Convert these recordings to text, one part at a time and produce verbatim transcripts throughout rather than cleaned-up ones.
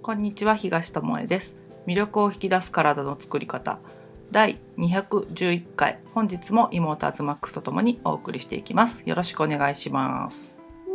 こんにちは、東智恵です。魅力を引き出す体の作り方だいにひゃくじゅういっかい、本日も妹アズマックスとともにお送りしていきます。よろしくお願いします。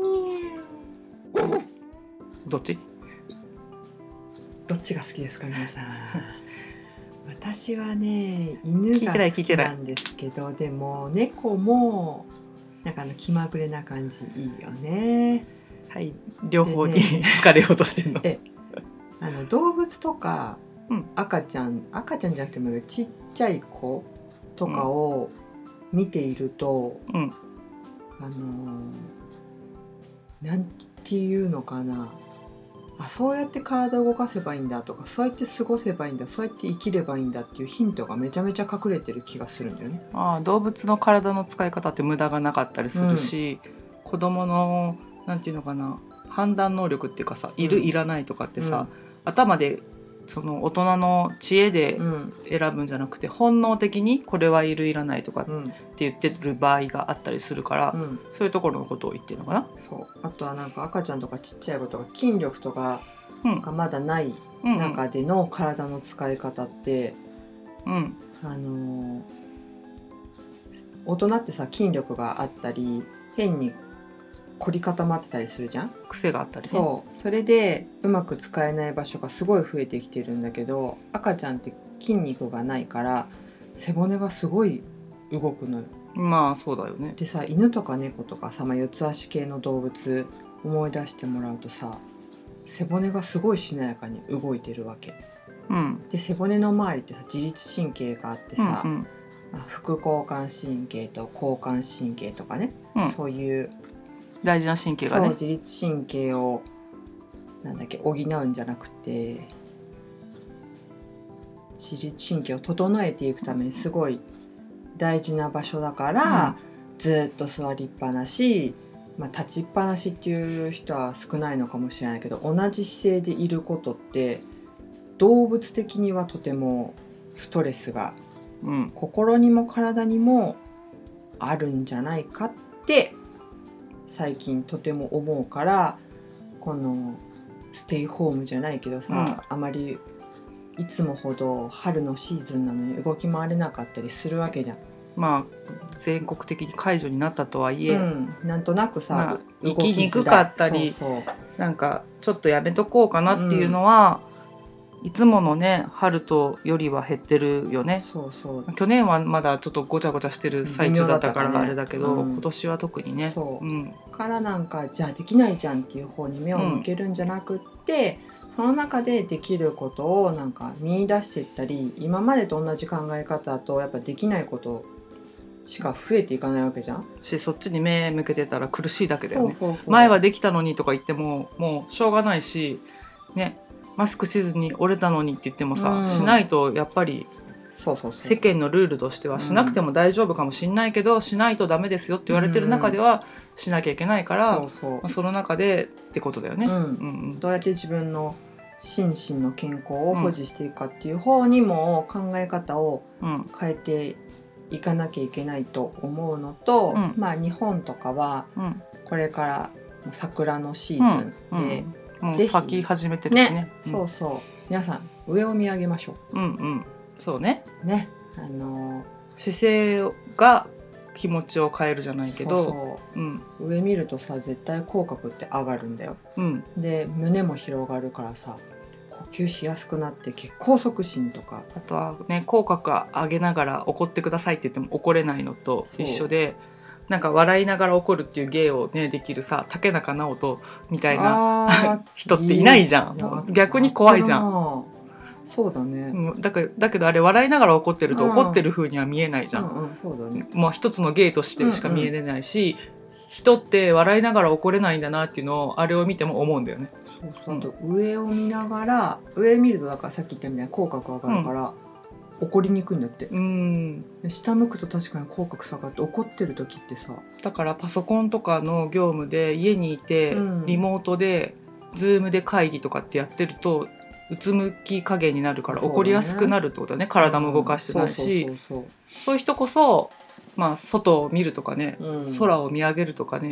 どっちどっちが好きですか皆さん私はね、犬が好きなんですけど、でも猫もなんかあの気まぐれな感じいいよね。 はい、両方に好かれようとしてるの。 えあの動物とか、 うん、 赤ちゃん赤ちゃんじゃなくてもちっちゃい子とかを見ていると、 うん、 あのなんていうのかな、あ、そうやって体を動かせばいいんだとか、そうやって過ごせばいいんだ、そうやって生きればいいんだっていうヒントがめちゃめちゃ隠れてる気がするんだよね。 あ、動物の体の使い方って無駄がなかったりするし、うん、子供のなんていうのかな、判断能力っていうかさ、いる、うん、いらないとかってさ、うん、頭でその大人の知恵で選ぶんじゃなくて、うん、本能的にこれはいるいらないとかって言ってる場合があったりするから、うん、そういうところのことを言ってるのかな。 そう、あとはなんか赤ちゃんとかちっちゃい子とか筋力とかがまだない中での体の使い方って、うんうん、あのー、大人ってさ筋力があったり変に凝り固まってたりするじゃん。 癖があったりね。 そうそれでうまく使えない場所がすごい増えてきてるんだけど、赤ちゃんって筋肉がないから背骨がすごい動くのよ。 まあそうだよね。 でさ、犬とか猫とかさ、まあ、四つ足系の動物思い出してもらうとさ、背骨がすごいしなやかに動いてるわけ、うん、で背骨の周りってさ自律神経があってさ、うんうん、まあ、副交感神経と交感神経とかね、うん、そういう大事な神経がね、 そう自律神経をなんだっけ補うんじゃなくて、自律神経を整えていくためにすごい大事な場所だから、うん、ずっと座りっぱなし、まあ、立ちっぱなしっていう人は少ないのかもしれないけど、同じ姿勢でいることって動物的にはとてもストレスが、うん、心にも体にもあるんじゃないかって最近とても思うから、このステイホームじゃないけどさ、うん、あまりいつもほど春のシーズンなのに動き回れなかったりするわけじゃん。 まあ全国的に解除になったとはいえ、うん、 なんとなくさ、まあ、 生きにくかったり、そうそう、なんかちょっとやめとこうかなっていうのは、うん、いつものね春とよりは減ってるよね。 そうそう、 去年はまだちょっとごちゃごちゃしてる最中だったからあれだけど、うん、今年は特にね、 そう、うん、からなんかじゃあできないじゃんっていう方に目を向けるんじゃなくって、うん、その中でできることをなんか見出していったり、今までと同じ考え方だとやっぱできないことしか増えていかないわけじゃん。 し、そっちに目向けてたら苦しいだけだよね。そうそうそう、前はできたのにとか言ってももうしょうがないしね、マスクしずに折れたのにって言ってもさ、うん、しないとやっぱりそうそうそう、 世間のルールとしてはしなくても大丈夫かもしんないけど、うん、しないとダメですよって言われてる中ではしなきゃいけないから、うん、そうそう、まあ、その中でってことだよね、うんうんうん、 どうやって自分の心身の健康を保持していくかっていう方にも考え方を変えていかなきゃいけないと思うのと、うん、まあ日本とかはこれから桜のシーズンで、うんうん、もう咲き始めてるしね、ね、 うん、そうそう、皆さん上を見上げましょう。うんうん、そうね。 ね、あのー、姿勢が気持ちを変えるじゃないけど、そうそう、 うん、上見るとさ絶対口角って上がるんだよ、うん、で胸も広がるからさ呼吸しやすくなって血行促進とか、 あとはね口角上げながら怒ってくださいって言っても怒れないのと一緒で、なんか笑いながら怒るっていう芸をねできるさ竹中直人みたいな人っていないじゃん。逆に怖いじゃん。 そうだね。 だからだけどあれ笑いながら怒ってると怒ってる風には見えないじゃん、うんうん、 そうだね、 もう一つの芸としてしか見えれないし、うんうん、人って笑いながら怒れないんだなっていうのをあれを見ても思うんだよね。 そうそう、あと上を見ながら、上見るとだからさっき言ったみたいな口角上がるから、うん、怒りにくいんだって。うん、下向くと確かに口角下がって怒ってる時ってさ、 だからパソコンとかの業務で家にいて、うん、リモートでズームで会議とかってやってるとうつむき加減になるから怒りやすくなるってことだね。体も動かしてないし、そういう人こそ、まあ、外を見るとかね、うん、空を見上げるとかね、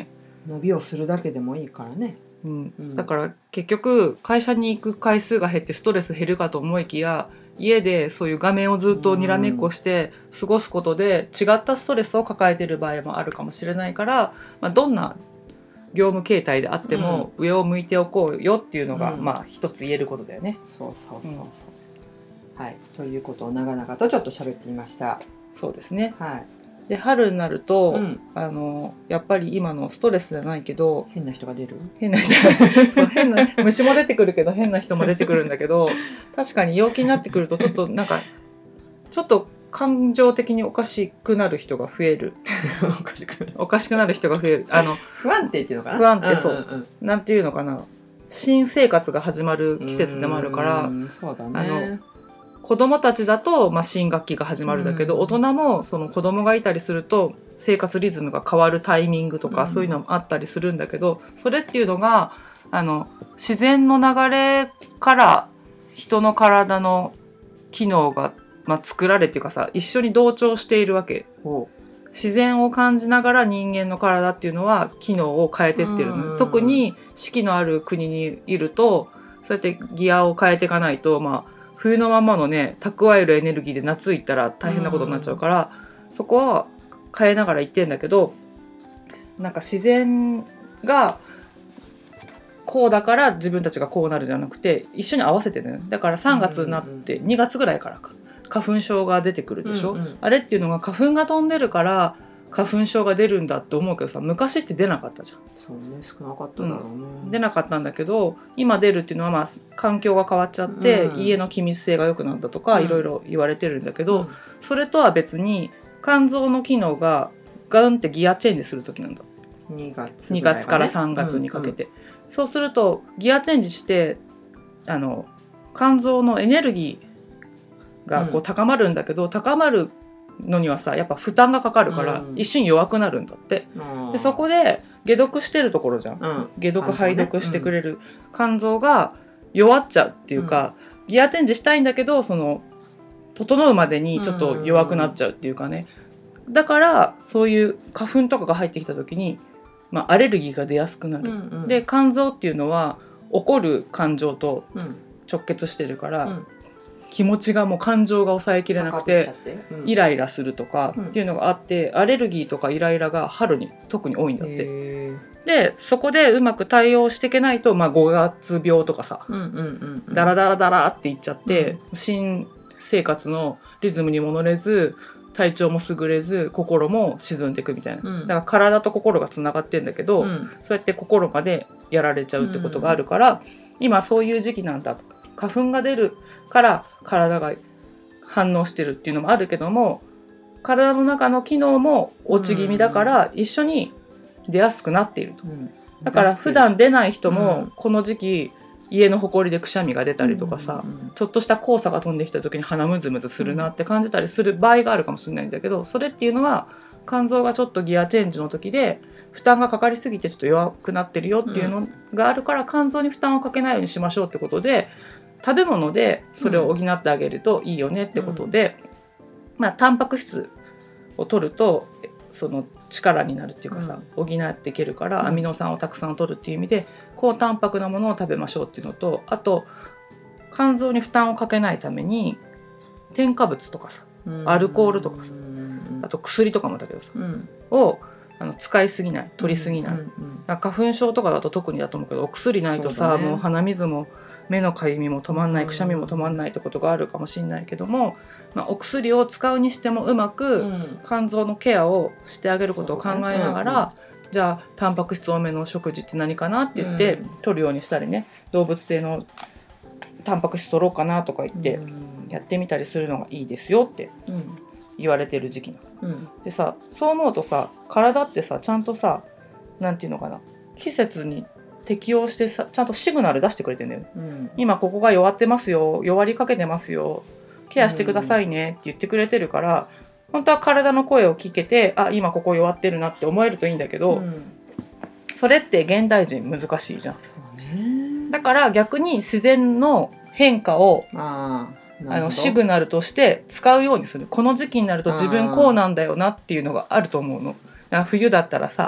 伸びをするだけでもいいからね。 うんうん、 だから結局会社に行く回数が減ってストレス減るかと思いきや、家でそういう画面をずっとにらめっこして過ごすことで違ったストレスを抱えている場合もあるかもしれないから、まあ、どんな業務形態であっても上を向いておこうよっていうのが、うん、まあ一つ言えることだよね。 そうそうそうそう、うん、はい、ということを長々とちょっと喋ってみました。 そうですね、 はい。 で春になると、うん、あのやっぱり今のストレスじゃないけど変な人が出る変な人そう変な虫も出てくるけど変な人も出てくるんだけど、確かに陽気になってくるとちょっとなんかちょっと感情的におかしくなる人が増えるおかしくおかしくなる人が増える、あの不安定っていうのかな、 不安定、そう、うんうんうん、なんていうのかな、新生活が始まる季節でもあるから、 そうだね、 あの子供たちだと、まあ、新学期が始まるだけど、うん、大人もその子供がいたりすると生活リズムが変わるタイミングとか、うん、そういうのもあったりするんだけど、それっていうのがあの自然の流れから人の体の機能が、まあ、作られっていうかさ、一緒に同調しているわけ。自然を感じながら人間の体っていうのは機能を変えてってるの、うん、特に四季のある国にいるとそうやってギアを変えていかないと、まあ冬のままのね蓄えるエネルギーで夏行ったら大変なことになっちゃうから、うん、そこは変えながら行ってんだけど、なんか自然がこうだから自分たちがこうなるじゃなくて一緒に合わせてね。だからさんがつになってにがつぐらいからか花粉症が出てくるでしょ、うんうん、あれっていうのが花粉が飛んでるから花粉症が出るんだって思うけどさ、昔って出なかったじゃん。 そうね、少なかっただろうね、 うん、出なかったんだけど今出るっていうのは、まあ、環境が変わっちゃって、うん、家の気密性が良くなったとか、うん、いろいろ言われてるんだけど、うん、それとは別に肝臓の機能がガンってギアチェンジする時なんだ。 にがつ、ね、 にがつからさんがつにかけて、うんうん、そうするとギアチェンジしてあの肝臓のエネルギーがこう高まるんだけど、うん、高まるのにはさやっぱ負担がかかるから、うん、一瞬弱くなるんだって、うん、でそこで解毒してるところじゃん、うん、解毒排毒してくれる肝臓が弱っちゃうっていうか、うん、ギアチェンジしたいんだけどその整うまでにちょっと弱くなっちゃうっていうかね、だからそういう花粉とかが入ってきた時に、まあ、アレルギーが出やすくなる、うんうん、で肝臓っていうのは怒る感情と直結してるから、うん、気持ちがもう感情が抑えきれなくて、うん、イライラするとかっていうのがあって、うん、アレルギーとかイライラが春に特に多いんだって。でそこでうまく対応していけないと、まあ、ごがつ病とかさ、うんうんうんうん、ダラダラダラっていっちゃって、うん、新生活のリズムにも乗れず体調も優れず心も沈んでいくみたいな、うん、だから体と心がつながってんだけど、うん、そうやって心までやられちゃうってことがあるから、うん、今そういう時期なんだと。花粉が出るから体が反応してるっていうのもあるけども、体の中の機能も落ち気味だから一緒に出やすくなっていると、うん、だから普段出ない人もこの時期家の埃でくしゃみが出たりとかさ、うんうんうん、ちょっとした黄砂が飛んできた時に鼻ムズムズするなって感じたりする場合があるかもしれないんだけど、それっていうのは肝臓がちょっとギアチェンジの時で負担がかかりすぎてちょっと弱くなってるよっていうのがあるから、肝臓に負担をかけないようにしましょうってことで食べ物でそれを補ってあげるといいよねってことで、うん、まあタンパク質を取るとその力になるっていうかさ、うん、補っていけるからアミノ酸をたくさん取るっていう意味で高タンパクなものを食べましょうっていうのと、あと肝臓に負担をかけないために添加物とかさ、アルコールとかさ、あと薬とかもだけどさ、うん、をあの使いすぎない、取りすぎない、うんうんうん、だ花粉症とかだと特にだと思うけどお薬ないとさ、ね、もう鼻水も目のかゆみも止まんない、くしゃみも止まんないってことがあるかもしれないけども、まあ、お薬を使うにしてもうまく肝臓のケアをしてあげることを考えながら、うん、じゃあタンパク質多めの食事って何かなって言って取るようにしたりね、動物性のタンパク質取ろうかなとか言ってやってみたりするのがいいですよって言われてる時期なの、うん、でさ、そう思うとさ体ってさちゃんとさなんていうのかな、季節に適応してさちゃんとシグナル出してくれてるんだよね、うん、今ここが弱ってますよ、弱りかけてますよ、ケアしてくださいねって言ってくれてるから、うん、本当は体の声を聞けてあ今ここ弱ってるなって思えるといいんだけど、うん、それって現代人難しいじゃん。そうね、だから逆に自然の変化をああのシグナルとして使うようにする。この時期になると自分こうなんだよなっていうのがあると思うの。だから冬だったらさ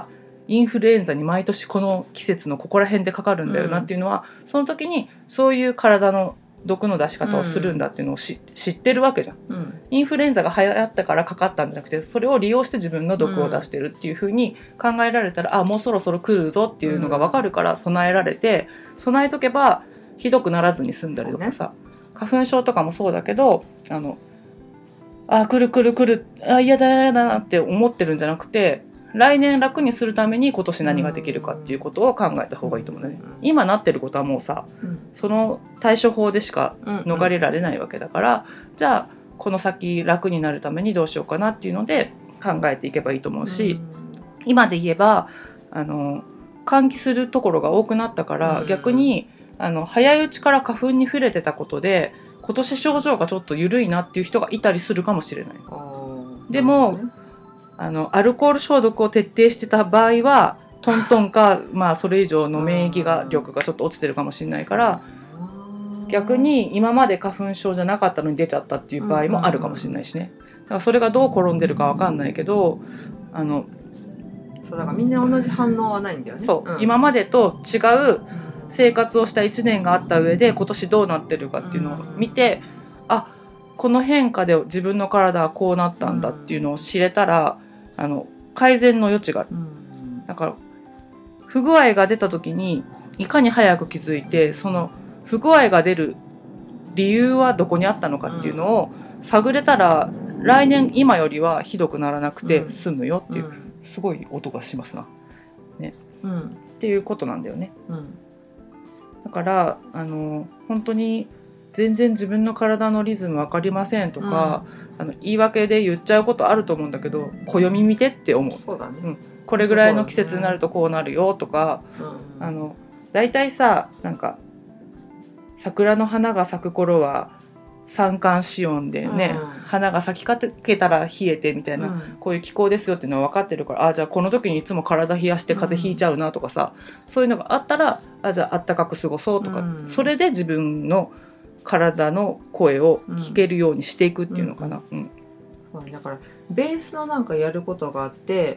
インフルエンザに毎年この季節のここら辺でかかるんだよなっていうのは、うん、その時にそういう体の毒の出し方をするんだっていうのをし、うん、知ってるわけじゃん、うん、インフルエンザが流行ったからかかったんじゃなくて、それを利用して自分の毒を出してるっていう風に考えられたら、うん、あもうそろそろ来るぞっていうのが分かるから備えられて、備えとけばひどくならずに済んだりとかさ、ね、花粉症とかもそうだけど、あのあ来る来る来るあ嫌だ嫌だなって思ってるんじゃなくて、来年楽にするために今年何ができるかっていうことを考えた方がいいと思うね。今なってることはもうさ、うん、その対処法でしか逃れられないわけだから、うんうん、じゃあこの先楽になるためにどうしようかなっていうので考えていけばいいと思うし、うん、今で言えばあの換気するところが多くなったから、うん、逆にあの早いうちから花粉に触れてたことで今年症状がちょっと緩いなっていう人がいたりするかもしれない。でも、ね、あのアルコール消毒を徹底してた場合はトントンか、まあ、それ以上の免疫が力がちょっと落ちてるかもしれないから、逆に今まで花粉症じゃなかったのに出ちゃったっていう場合もあるかもしれないしね。だからそれがどう転んでるか分かんないけど、あのそうだからみんな同じ反応はないんだよね。 そう、 うん、 今までと違う生活をしたいちねんがあった上で今年どうなってるかっていうのを見て、あこの変化で自分の体はこうなったんだっていうのを知れたら、あの改善の余地がある。だから不具合が出た時にいかに早く気づいて、その不具合が出る理由はどこにあったのかっていうのを探れたら、来年今よりはひどくならなくて済むよっていう、すごい音がしますな、ね、うん、っていうことなんだよね、うん、だからあの本当に全然自分の体のリズム分かりませんとか、うん、あの言い訳で言っちゃうことあると思うんだけど、暦見てって思う。 そうだね、うん、 これぐらいの季節になるとこうなるよとか、うん、あのだいたいさ、なんか桜の花が咲く頃は三寒四温でね、うん、花が咲きかけたら冷えてみたいな、うん、こういう気候ですよっていうのは分かってるから、あじゃあこの時にいつも体冷やして風邪ひいちゃうなとかさ、うん、そういうのがあったら、あじゃああったかく過ごそうとか、うん、それで自分の体の声を聞けるようにしていくっていうのかな、うんうんうん、だからベースのなんかやることがあって、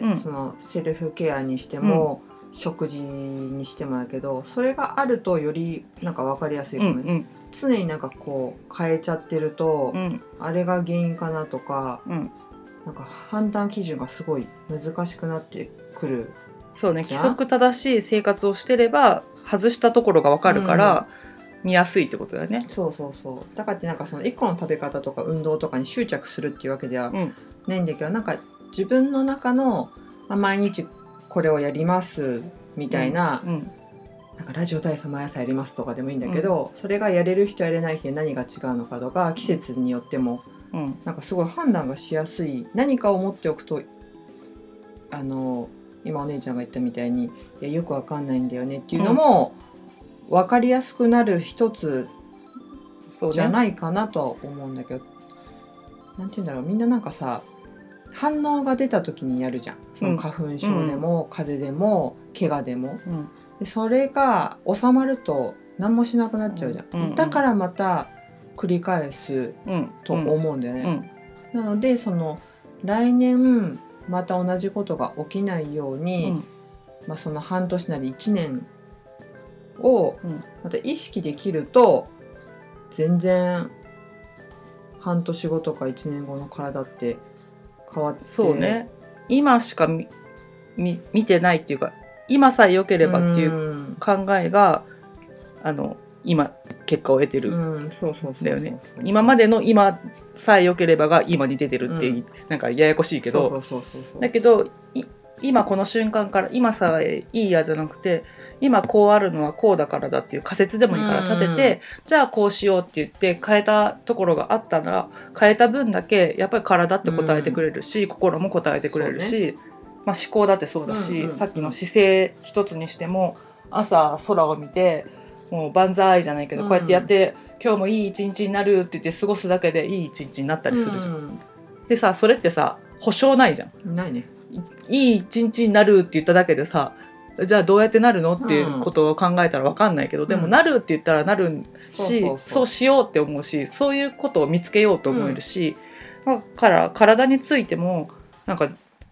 うん、そのセルフケアにしても、うん、食事にしてもだけど、それがあるとよりなんか分かりやすいかもね、うんうん、常になんかこう変えちゃってると、うん、あれが原因かなとか、うん、なんか判断基準がすごい難しくなってくる。 そうね、規則正しい生活をしてれば外したところが分かるから、うん、見やすいってことだよね。 そうそうそう。だからってなんかそのいっこの食べ方とか運動とかに執着するっていうわけではないんだけど、うん、なんか自分の中の、まあ、毎日これをやりますみたいな、うんうん、なんかラジオ体操毎朝やりますとかでもいいんだけど、うん、それがやれる人やれない人で何が違うのかとか、季節によっても、うん、なんかすごい判断がしやすい。何かを持っておくと、あの今お姉ちゃんが言ったみたいに、いやよくわかんないんだよねっていうのも、うん、分かりやすくなる一つじゃないかなとは思うんだけど、ね、なんて言うんだろう、みんななんかさ、反応が出た時にやるじゃん。その花粉症でも、うん、風邪でも怪我でも、うん、でそれが収まると何もしなくなっちゃうじゃん、うんうんうん、だからまた繰り返すと思うんだよね、うんうん、なのでその来年また同じことが起きないように、うんまあ、その半年なりいちねんをまた意識できると、全然半年後とかいちねんごの体って変わって、 そうね、今しか 見, 見, 見てないっていうか、今さえ良ければっていう考えが、うん、あの今結果を得てるんだよね。今までの今さえ良ければが今に出てるって、うん、なんかややこしいけど、だけど今この瞬間から今さえいいやじゃなくて、今こうあるのはこうだからだっていう仮説でもいいから立てて、うん、じゃあこうしようって言って変えたところがあったなら、変えた分だけやっぱり体って答えてくれるし、うん、心も答えてくれるし、まあ、思考だってそうだし、うんうんうん、さっきの姿勢一つにしても、朝空を見てもう万歳じゃないけど、こうやってやって、うん、今日もいい一日になるって言って過ごすだけでいい一日になったりするじゃん、うん、でさ、それってさ保証ないじゃん。 ないね。 いい一日になるって言っただけでさ、じゃあどうやってなるのっていうことを考えたら分かんないけど、うん、でもなるって言ったらなるし、うん、そうそうそう、そうしようって思うし、そういうことを見つけようと思えるし、うん、だから体についてもなんか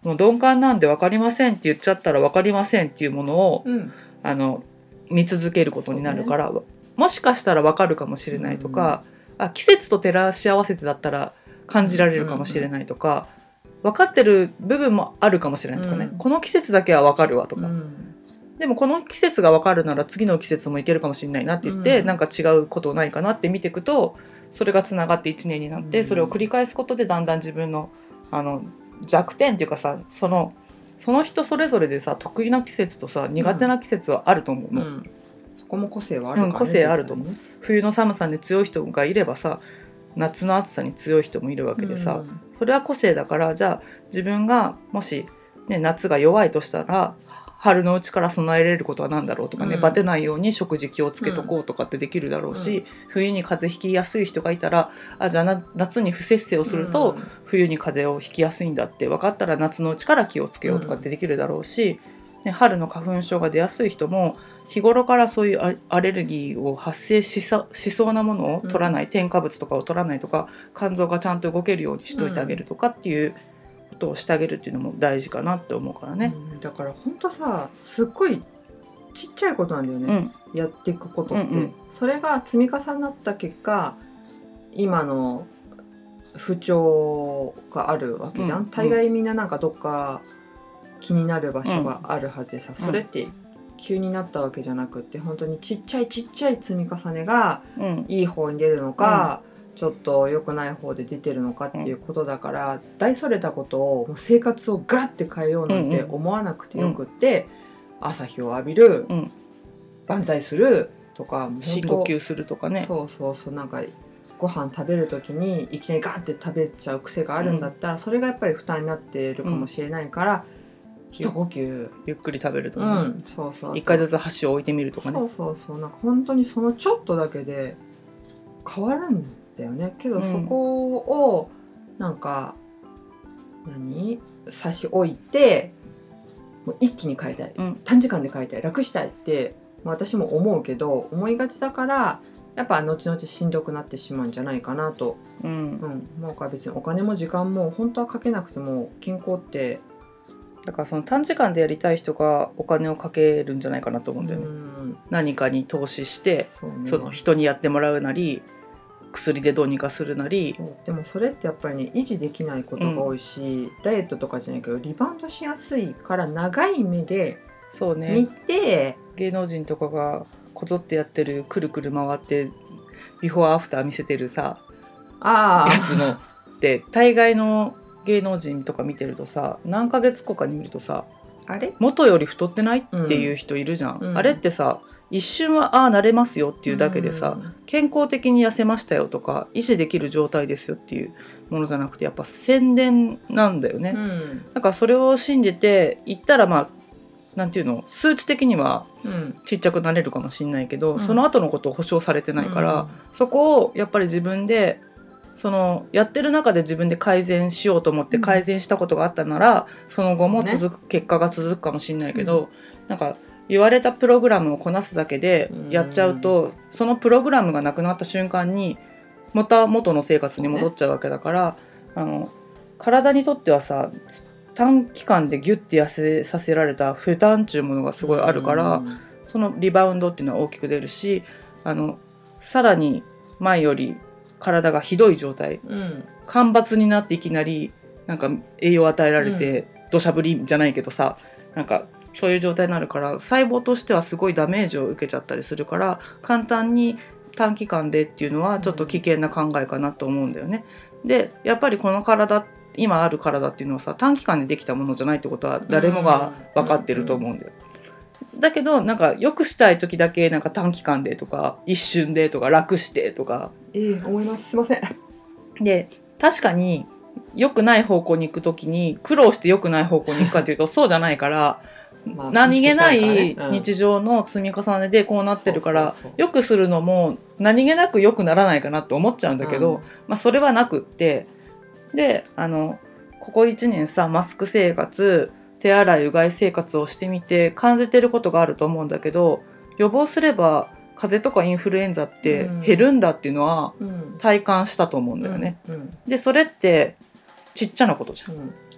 もう鈍感なんで分かりませんって言っちゃったら分かりませんっていうものを、 うん、 あの見続けることになるから、ね、もしかしたら分かるかもしれないとか、うん、あ季節と照らし合わせてだったら感じられるかもしれないとか、分かってる部分もあるかもしれないとかね、うん、この季節だけは分かるわとか、うん、でもこの季節が分かるなら次の季節もいけるかもしれないなって言って、うん、なんか違うことないかなって見ていくとそれがつながっていちねんになって、それを繰り返すことでだんだん自分のあの弱点っていうかさ、そのその人それぞれでさ得意な季節とさ苦手な季節はあると思うの、うん、 そこも個性はあるからね、 うん、個性あると思う、ね、冬の寒さに強い人がいればさ夏の暑さに強い人もいるわけでさ、うん、それは個性だから、じゃあ自分がもし、ね、夏が弱いとしたら春のうちから備えれることは何だろうとかね、うん、バテないように食事気をつけとこうとかってできるだろうし、うん、冬に風邪ひきやすい人がいたらあじゃあ夏に不節制をすると冬に風邪をひきやすいんだって分かったら夏のうちから気をつけようとかってできるだろうし、ね、春の花粉症が出やすい人も日頃からそういうアレルギーを発生しさ、しそうなものを取らない、うん、添加物とかを取らないとか肝臓がちゃんと動けるようにしといてあげるとかっていうことをしてあげるっていうのも大事かなって思うからね、 うん、だから本当さすっごいちっちゃいことなんだよね、うん、やっていくことって、うんうん、それが積み重なった結果今の不調があるわけじゃん、うん、大概みんななんかどっか気になる場所があるはずでさ、うん、それって急になったわけじゃなくって本当にちっちゃいちっちゃい積み重ねがいい方に出るのか、うん、ちょっと良くない方で出てるのかっていうことだから、うん、大それたことをもう生活をガラッて変えようなんて思わなくてよくって、うん、朝日を浴びる、うん、万歳するとか深呼吸するとかね、 そうそうそう、なんかご飯食べる時にいきなりガーって食べちゃう癖があるんだったら、うん、それがやっぱり負担になってるかもしれないから、うん、一呼吸ゆっくり食べるとか、ね、 うん、そうそう一回ずつ箸を置いてみるとかね、 そうそうそう、なんか本当にそのちょっとだけで変わるんだよね。けどそこをなんか、うん、何差し置いてもう一気に変えたい、うん、短時間で変えたい、楽したいって私も思うけど思いがちだからやっぱ後々しんどくなってしまうんじゃないかなと、うんうん、もう別にお金も時間も本当はかけなくても健康ってだからその短時間でやりたい人がお金をかけるんじゃないかなと思うんだよね、うん、何かに投資して そ,、ね、その人にやってもらうなり薬でどうにかするなり、 でもそれってやっぱりね維持できないことが多いし、うん、ダイエットとかじゃないけどリバウンドしやすいから長い目でそうね見て、 芸能人とかがこぞってやってるくるくる回ってビフォーアフター見せてるさあやつので大概の芸能人とか見てるとさ何ヶ月後かに見るとさあれ元より太ってないっていう人いるじゃん、うん、あれってさ一瞬はああ慣れますよっていうだけでさ、うん、健康的に痩せましたよとか維持できる状態ですよっていうものじゃなくてやっぱ宣伝なんだよね、うん、だからそれを信じて言ったらまあなんていうの数値的にはちっちゃくなれるかもしれないけど、うん、その後のことを保証されてないから、うん、そこをやっぱり自分でそのやってる中で自分で改善しようと思って改善したことがあったなら、うん、その後も続く、ね、結果が続くかもしれないけど、うん、なんか言われたプログラムをこなすだけでやっちゃうと、うん、そのプログラムがなくなった瞬間にまた元の生活に戻っちゃうわけだから、ね、あの体にとってはさ短期間でギュッて痩せさせられた負担っていうものがすごいあるから、うん、そのリバウンドっていうのは大きく出るし、あのさらに前より体がひどい状態、うん、干ばつになっていきなりなんか栄養与えられて土砂降りじゃないけどさ、なんかそういう状態になるから細胞としてはすごいダメージを受けちゃったりするから簡単に短期間でっていうのはちょっと危険な考えかなと思うんだよね。でやっぱりこの体今ある体っていうのはさ短期間でできたものじゃないってことは誰もが分かってると思うんだよ。だけどなんか良くしたい時だけなんか短期間でとか一瞬でとか楽してとか、 ええ思います。すいません。 で確かに良くない方向に行く時に苦労して良くない方向に行くかというとそうじゃないからまあ、何気ない日常の積み重ねでこうなってるから良くするのも何気なく良くならないかなって思っちゃうんだけど、うんまあ、それはなくってであのここいちねんさマスク生活手洗いうがい生活をしてみて感じてることがあると思うんだけど予防すれば風邪とかインフルエンザって減るんだっていうのは体感したと思うんだよね、うんうんうん、でそれってちっちゃなことじゃん、うん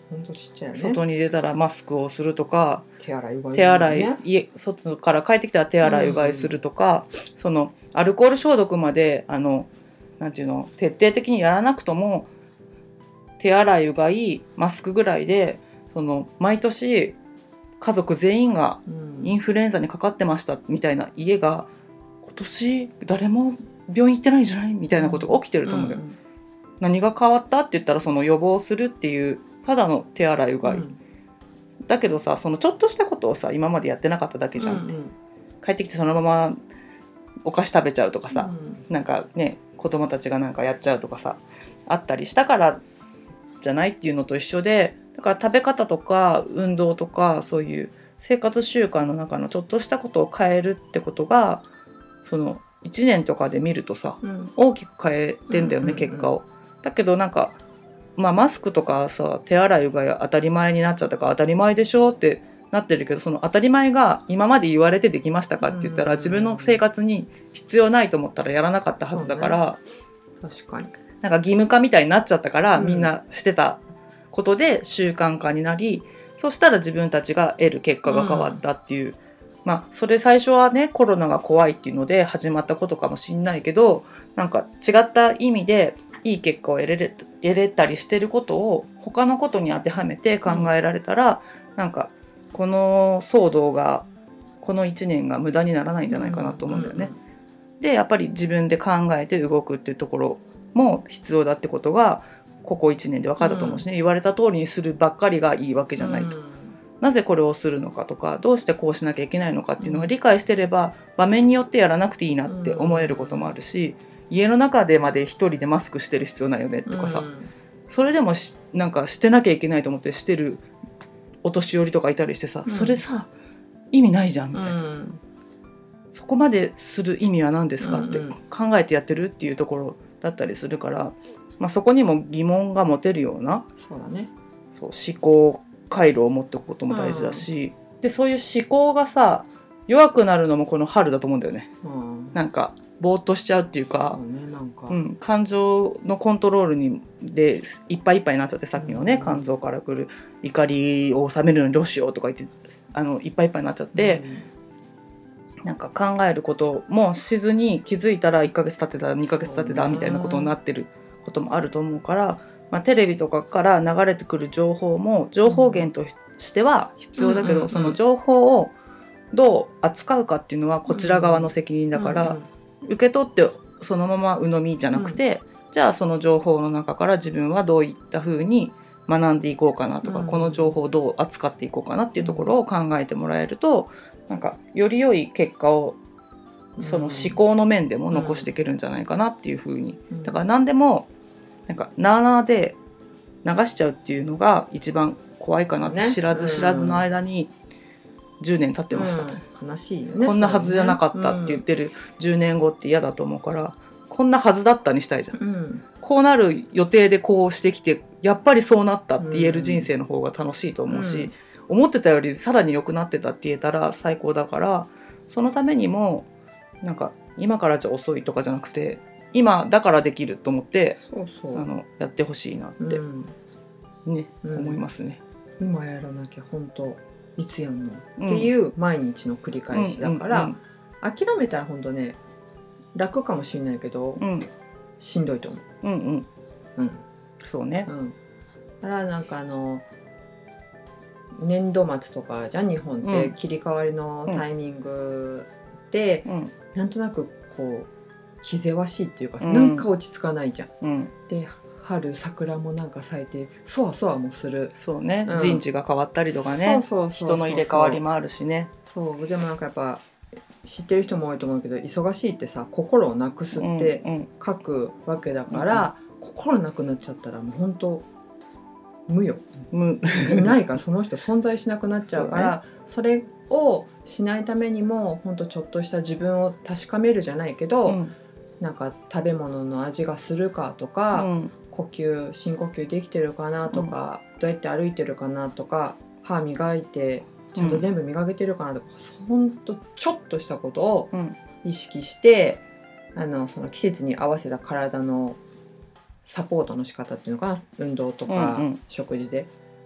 ほんとちっちゃいよね。 外に出たらマスクをするとか、 手洗いうがい、ね、 手洗い家外から帰ってきたら手洗いうがいするとか、うん、そのアルコール消毒まであのなんていうの徹底的にやらなくとも手洗いうがいマスクぐらいでその毎年家族全員がインフルエンザにかかってましたみたいな家が今年誰も病院行ってないんじゃないみたいなことが起きてると思うんだよ、うんうん、何が変わったって言ったらその予防するっていうただの手洗いうがい、うん、だけどさそのちょっとしたことをさ今までやってなかっただけじゃんって、うんうん、帰ってきてそのままお菓子食べちゃうとかさ、うん、なんかね子供たちがなんかやっちゃうとかさあったりしたからじゃないっていうのと一緒で、だから食べ方とか運動とかそういう生活習慣の中のちょっとしたことを変えるってことがそのいちねんとかで見るとさ、うん、大きく変えてんだよね、うんうんうん、結果を。だけどなんか、まあ、マスクとかさ手洗いうがい当たり前になっちゃったから当たり前でしょってなってるけど、その当たり前が今まで言われてできましたかって言ったら、うんうんうん、自分の生活に必要ないと思ったらやらなかったはずだから、 ね、確かになんか義務化みたいになっちゃったから、うん、みんなしてたことで習慣化になり、そしたら自分たちが得る結果が変わったっていう、うん、まあそれ最初はねコロナが怖いっていうので始まったことかもしんないけど、なんか違った意味でいい結果を得れれ、得れたりしてることを他のことに当てはめて考えられたら、うん、なんかこの騒動がこのいちねんが無駄にならないんじゃないかなと思うんだよね、うんうんうん、でやっぱり自分で考えて動くっていうところも必要だってことがここいちねんで分かったと思うしね、うん、言われた通りにするばっかりがいいわけじゃないと、うん、なぜこれをするのかとかどうしてこうしなきゃいけないのかっていうのが理解してれば、場面によってやらなくていいなって思えることもあるし、家の中でまで一人でマスクしてる必要ないよねとかさ、うん、それでもしなんかしてなきゃいけないと思ってしてるお年寄りとかいたりしてさ、うん、それさ意味ないじゃんみたいな、うん、そこまでする意味は何ですかって考えてやってるっていうところだったりするから、まあ、そこにも疑問が持てるような、 そうだね、 そう思考回路を持っておくことも大事だし、うん、でそういう思考がさ弱くなるのもこの春だと思うんだよね、うん、なんかぼーっとしちゃうっていうか、 そうね、なんか、 うん、感情のコントロールにでいっぱいいっぱいになっちゃって、さっきのね、うん、肝臓から来る怒りを収めるのにどうしようとか言ってあのいっぱいいっぱいになっちゃって、うん、なんか考えることもしずに気づいたらいっかげつ経ってたにかげつ経ってたみたいなことになってることもあると思うから、まあ、テレビとかから流れてくる情報も情報源としては必要だけど、うんうんうん、その情報をどう扱うかっていうのはこちら側の責任だから、うんうん、受け取ってそのまま鵜呑みじゃなくて、うん、じゃあその情報の中から自分はどういった風に学んでいこうかなとか、うん、この情報をどう扱っていこうかなっていうところを考えてもらえると、なんかより良い結果をその思考の面でも残していけるんじゃないかなっていう風に、だから何でもなんかなあなあで流しちゃうっていうのが一番怖いかなって、ね、知らず知らずの間にじゅうねん経ってました、 うん、悲しいよね、 こんなはずじゃなかったって言ってるじゅうねんごって嫌だと思うから、こんなはずだったにしたいじゃん、うん、こうなる予定でこうしてきてやっぱりそうなったって言える人生の方が楽しいと思うし、うん、思ってたよりさらに良くなってたって言えたら最高だから、そのためにもなんか今からじゃ遅いとかじゃなくて今だからできると思ってそうそう、 あのやってほしいなって、うん、ね、うん、思いますね。 今やらなきゃ本当いつやんの、うん、っていう毎日の繰り返しだから、うんうんうん、諦めたら本当ね楽かもしれないけど、うん、しんどいと思う。うんうんうん、 そうね。 うん、だからなんかあの年度末とかじゃん、日本って切り替わりのタイミングで、うん、なんとなくこう気ぜわしいっていうか、うん、なんか落ち着かないじゃん。うん、で春桜もなんか咲いてそわそわもする。 そうね、うん、人事が変わったりとかね、人の入れ替わりもあるしね。 そうでもなんかやっぱ知ってる人も多いと思うけど、忙しいってさ心をなくすって書くわけだから、うんうん、心なくなっちゃったらもう本当無よ、無いないからその人存在しなくなっちゃうから、それをしないためにも本当ちょっとした自分を確かめるじゃないけど、うん、なんか食べ物の味がするかとか、うん、呼吸深呼吸できてるかなとか、うん、どうやって歩いてるかなとか、歯磨いてちゃんと全部磨けてるかなとか、うん、ほんとちょっとしたことを意識して、うん、あのその季節に合わせた体のサポートの仕方っていうのが運動とか食事で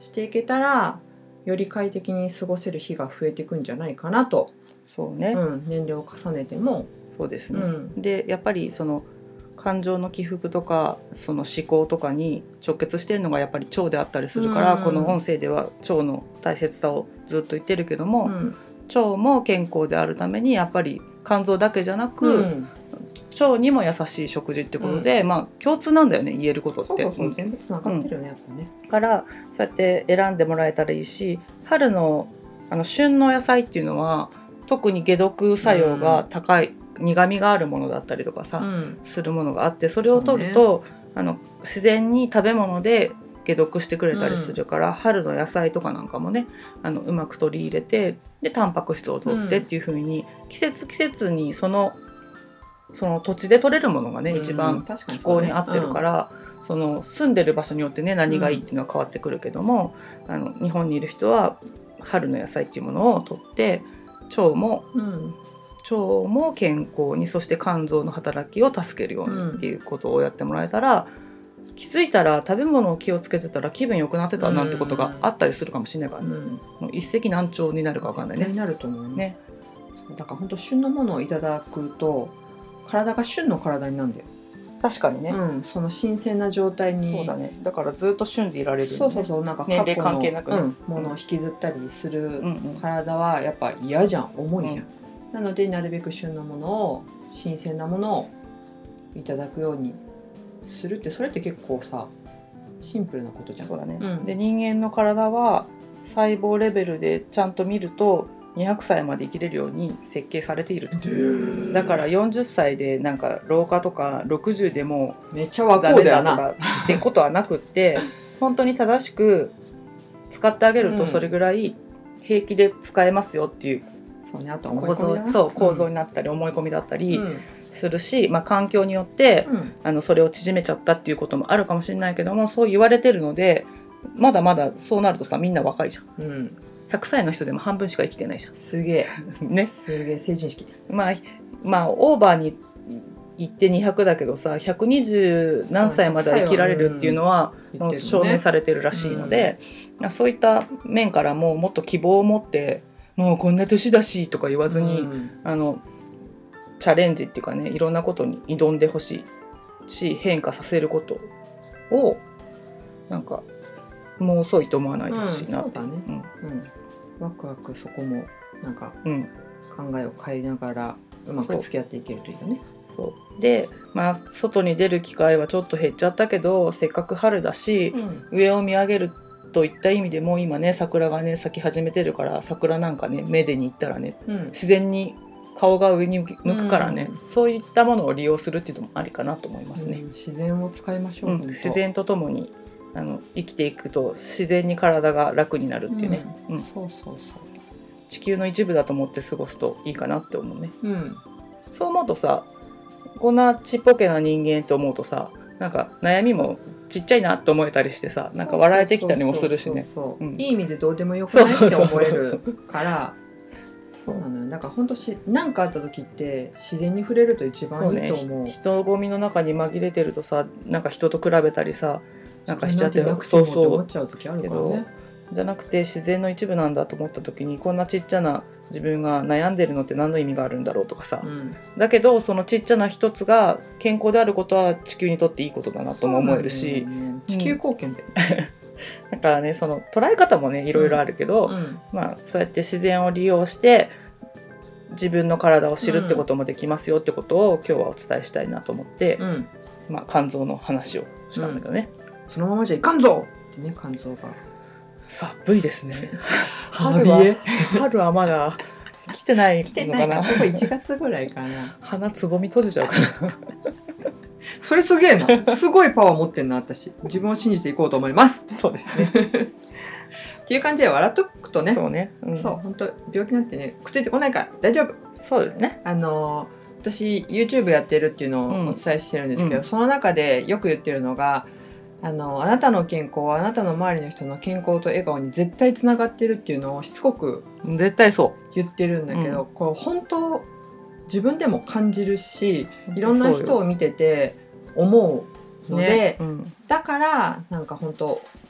していけたらより快適に過ごせる日が増えていくんじゃないかなと。 そうね、 うん、年齢を重ねても。 そうですね、 うん、 でやっぱりその感情の起伏とかその思考とかに直結しているのがやっぱり腸であったりするから、うん、この音声では腸の大切さをずっと言ってるけども、うん、腸も健康であるためにやっぱり肝臓だけじゃなく、うん、腸にも優しい食事ってことで、うん、まあ共通なんだよね、言えることって。 そうそうそう、全部つながってるよね、やっぱね。 だからそうやって選んでもらえたらいいし、春のあの旬の野菜っていうのは特に解毒作用が高い、うん、苦味があるものだったりとかさ、うん、するものがあって、それを取ると、ね、あの自然に食べ物で解毒してくれたりするから、うん、春の野菜とかなんかもね、あのうまく取り入れて、でタンパク質を取ってっていう風に、うん、季節季節にそのその土地で取れるものがね、うん、一番気候に合ってるから、うん、その住んでる場所によってね何がいいっていうのは変わってくるけども、うん、あの日本にいる人は春の野菜っていうものを取って腸も、うん、腸も健康に、そして肝臓の働きを助けるようにっていうことをやってもらえたら、うん、気づいたら食べ物を気をつけてたら気分良くなってたなんてことがあったりするかもしれないからね、うん、もう一石何鳥になるか分かんないね。 になると思う ね, ねだから本当旬のものをいただくと体が旬の体になるんだよ。 確かにね、 うん、その新鮮な状態に。 そうだね、だからずっと旬でいられるよね。 そうそうそう、なんか過去の年齢関係なくね、うん、 ものを引きずったりする体はやっぱ嫌じゃん、重いじゃん、うん、なのでなるべく旬のものを、新鮮なものをいただくようにするって、それって結構さシンプルなことじゃん。 そうだね、 うん、 で人間の体は細胞レベルでちゃんと見るとにひゃくさいまで生きれるように設計されていると。だからよんじゅっさいでなんか老化とかろくじゅうでもめっちゃ若いだとかってことはなくって本当に正しく使ってあげるとそれぐらい平気で使えますよっていう構造、そう構造になったり思い込みだったりするし、まあ、環境によって、うん、あのそれを縮めちゃったっていうこともあるかもしれないけども、そう言われてるのでまだまだそうなるとさみんな若いじゃん、うん、ひゃくさいの人でも半分しか生きてないじゃん。 すげえね、 すげえ成人式。 まあまあオーバーに行ってにひゃくだけどさ、ひゃくにじゅう何歳までは生きられるっていうのはもう証明されてるらしいので、うん、そういった面からももっと希望を持ってもうこんな年だしとか言わずに、うん、あのチャレンジっていうかね、いろんなことに挑んでほしいし、変化させることをなんかもう遅いと思わないでほしいなって、うん、そうだね、うんうん、 ワクワクそこもなんか考えを変えながらうまく付き合っていけるといいよね。 そうで、まあ、外に出る機会はちょっと減っちゃったけど、せっかく春だし、うん、上を見上げるといった意味でも今ね桜がね咲き始めてるから、桜なんかねめでに行ったらね、うん、自然に顔が上に向くからね、うん、そういったものを利用するっていうのもありかなと思いますね、 うん、自然を使いましょう、うん、 自然とともにあの生きていくと自然に体が楽になるっていうね、 うんうん、そうそうそう、 地球の一部だと思って過ごすといいかなって思うね、うん、そう思うとさ、こんなちっぽけな人間って思うとさ、なんか悩みもちっちゃいなって思えたりしてさ、なんか笑えてきたりもするしね、 いい意味でどうでもよくないって思えるから、そうなのよ。だから本当し何かあった時って自然に触れると一番いいと思う。 うね、人混みの中に紛れてるとさ、なんか人と比べたりさ、なんかしちゃってる、そうそう思っちゃう時あるからね。 じゃなくて自然の一部なんだと思った時に、こんなちっちゃな自分が悩んでるのって何の意味があるんだろうとかさ、うん、だけどそのちっちゃな一つが健康であることは地球にとっていいことだなとも思えるし、 ね、地球貢献で、 だからね、その捉え方もねいろいろあるけど、うんうん、まあそうやって自然を利用して自分の体を知るってこともできますよってことを今日はお伝えしたいなと思って、うん、まあ肝臓の話をしたんだけどね、 うん、そのままじゃいかんぞってね、肝臓が寒いですね。春は春はまだ来てないのかな。 ここいちがつぐらいかな。 鼻つぼみ閉じちゃうかな。 それすげえな。すごいパワー持ってんな私。自分を信じていこうと思います。 そうですね。 っていう感じで笑っとくとね。 そうね。 うん、そう本当病気なんてねくっついてこないから大丈夫。 そうですね。 あの私 YouTube やってるっていうのをお伝えしてるんですけど、うん、その中でよく言ってるのが。あのあなたの健康はあなたの周りの人の健康と笑顔に絶対つながってるっていうのをしつこく絶対そう言ってるんだけど、うん、これ本当自分でも感じるし、いろんな人を見てて思うので、ね、うん、だからなんか本当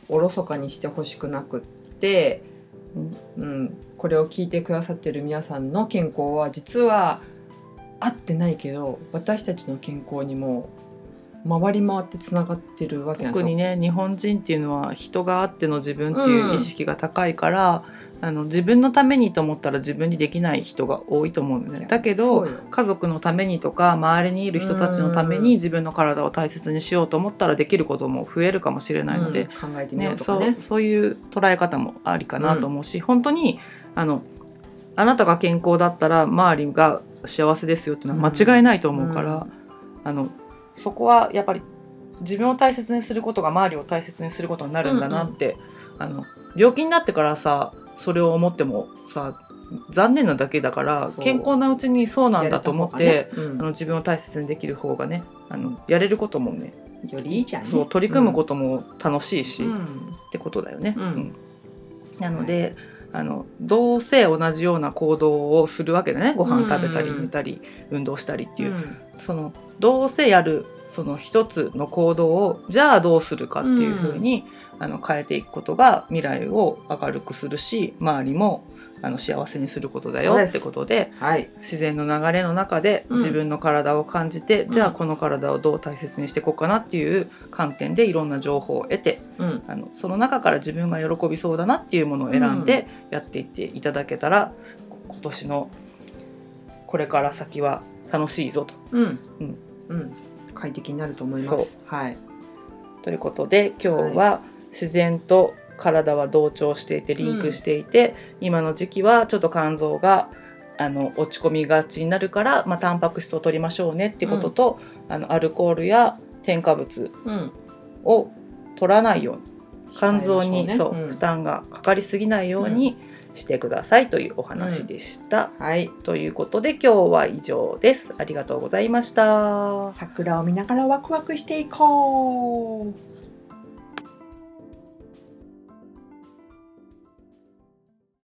おろそかにしてほしくなくって、うん、これを聞いてくださってる皆さんの健康は実は合ってないけど私たちの健康にも回り回ってつながってるわけなんですよ。 特にね日本人っていうのは人があっての自分っていう意識が高いから、うん、あの自分のためにと思ったら自分にできない人が多いと思うのね。だけど家族のためにとか周りにいる人たちのために自分の体を大切にしようと思ったらできることも増えるかもしれないので、 うん、考えてみようとかね、 ね、そう、そういう捉え方もありかなと思うし、うん、本当にあのあなたが健康だったら周りが幸せですよっていうのは間違いないと思うから、うん、あのそこはやっぱり自分を大切にすることが周りを大切にすることになるんだなって、うんうん、あの病気になってからさそれを思ってもさ残念なだけだから健康なうちにそうなんだと思って、ね、うん、あの自分を大切にできる方がねあのやれることもねよりいいじゃんね。 そう取り組むことも楽しいし、うん、ってことだよね、 うんうん、 なので、はい、あのどうせ同じような行動をするわけだね。ご飯食べたり寝たり運動したりっていう、うん、そのどうせやるその一つの行動をじゃあどうするかっていう風に、うん、あの変えていくことが未来を明るくするし周りもあの幸せにすることだよってことで、 はい、 自然の流れの中で自分の体を感じて、うん、じゃあこの体をどう大切にしていこうかなっていう観点でいろんな情報を得て、うん、あのその中から自分が喜びそうだなっていうものを選んでやっていっていただけたら、うん、今年のこれから先は楽しいぞと、 うんうんうん、快適になると思います。はい、 ということで今日は自然と体は同調していてリンクしていて、うん、今の時期はちょっと肝臓があの落ち込みがちになるから、まあ、タンパク質を取りましょうねってことと、うん、あのアルコールや添加物を取らないように、うん、肝臓に、ね、そう、うん、負担がかかりすぎないようにしてくださいというお話でした、 うんはい、 ということで今日は以上です。ありがとうございました。 桜を見ながらワクワクしていこう。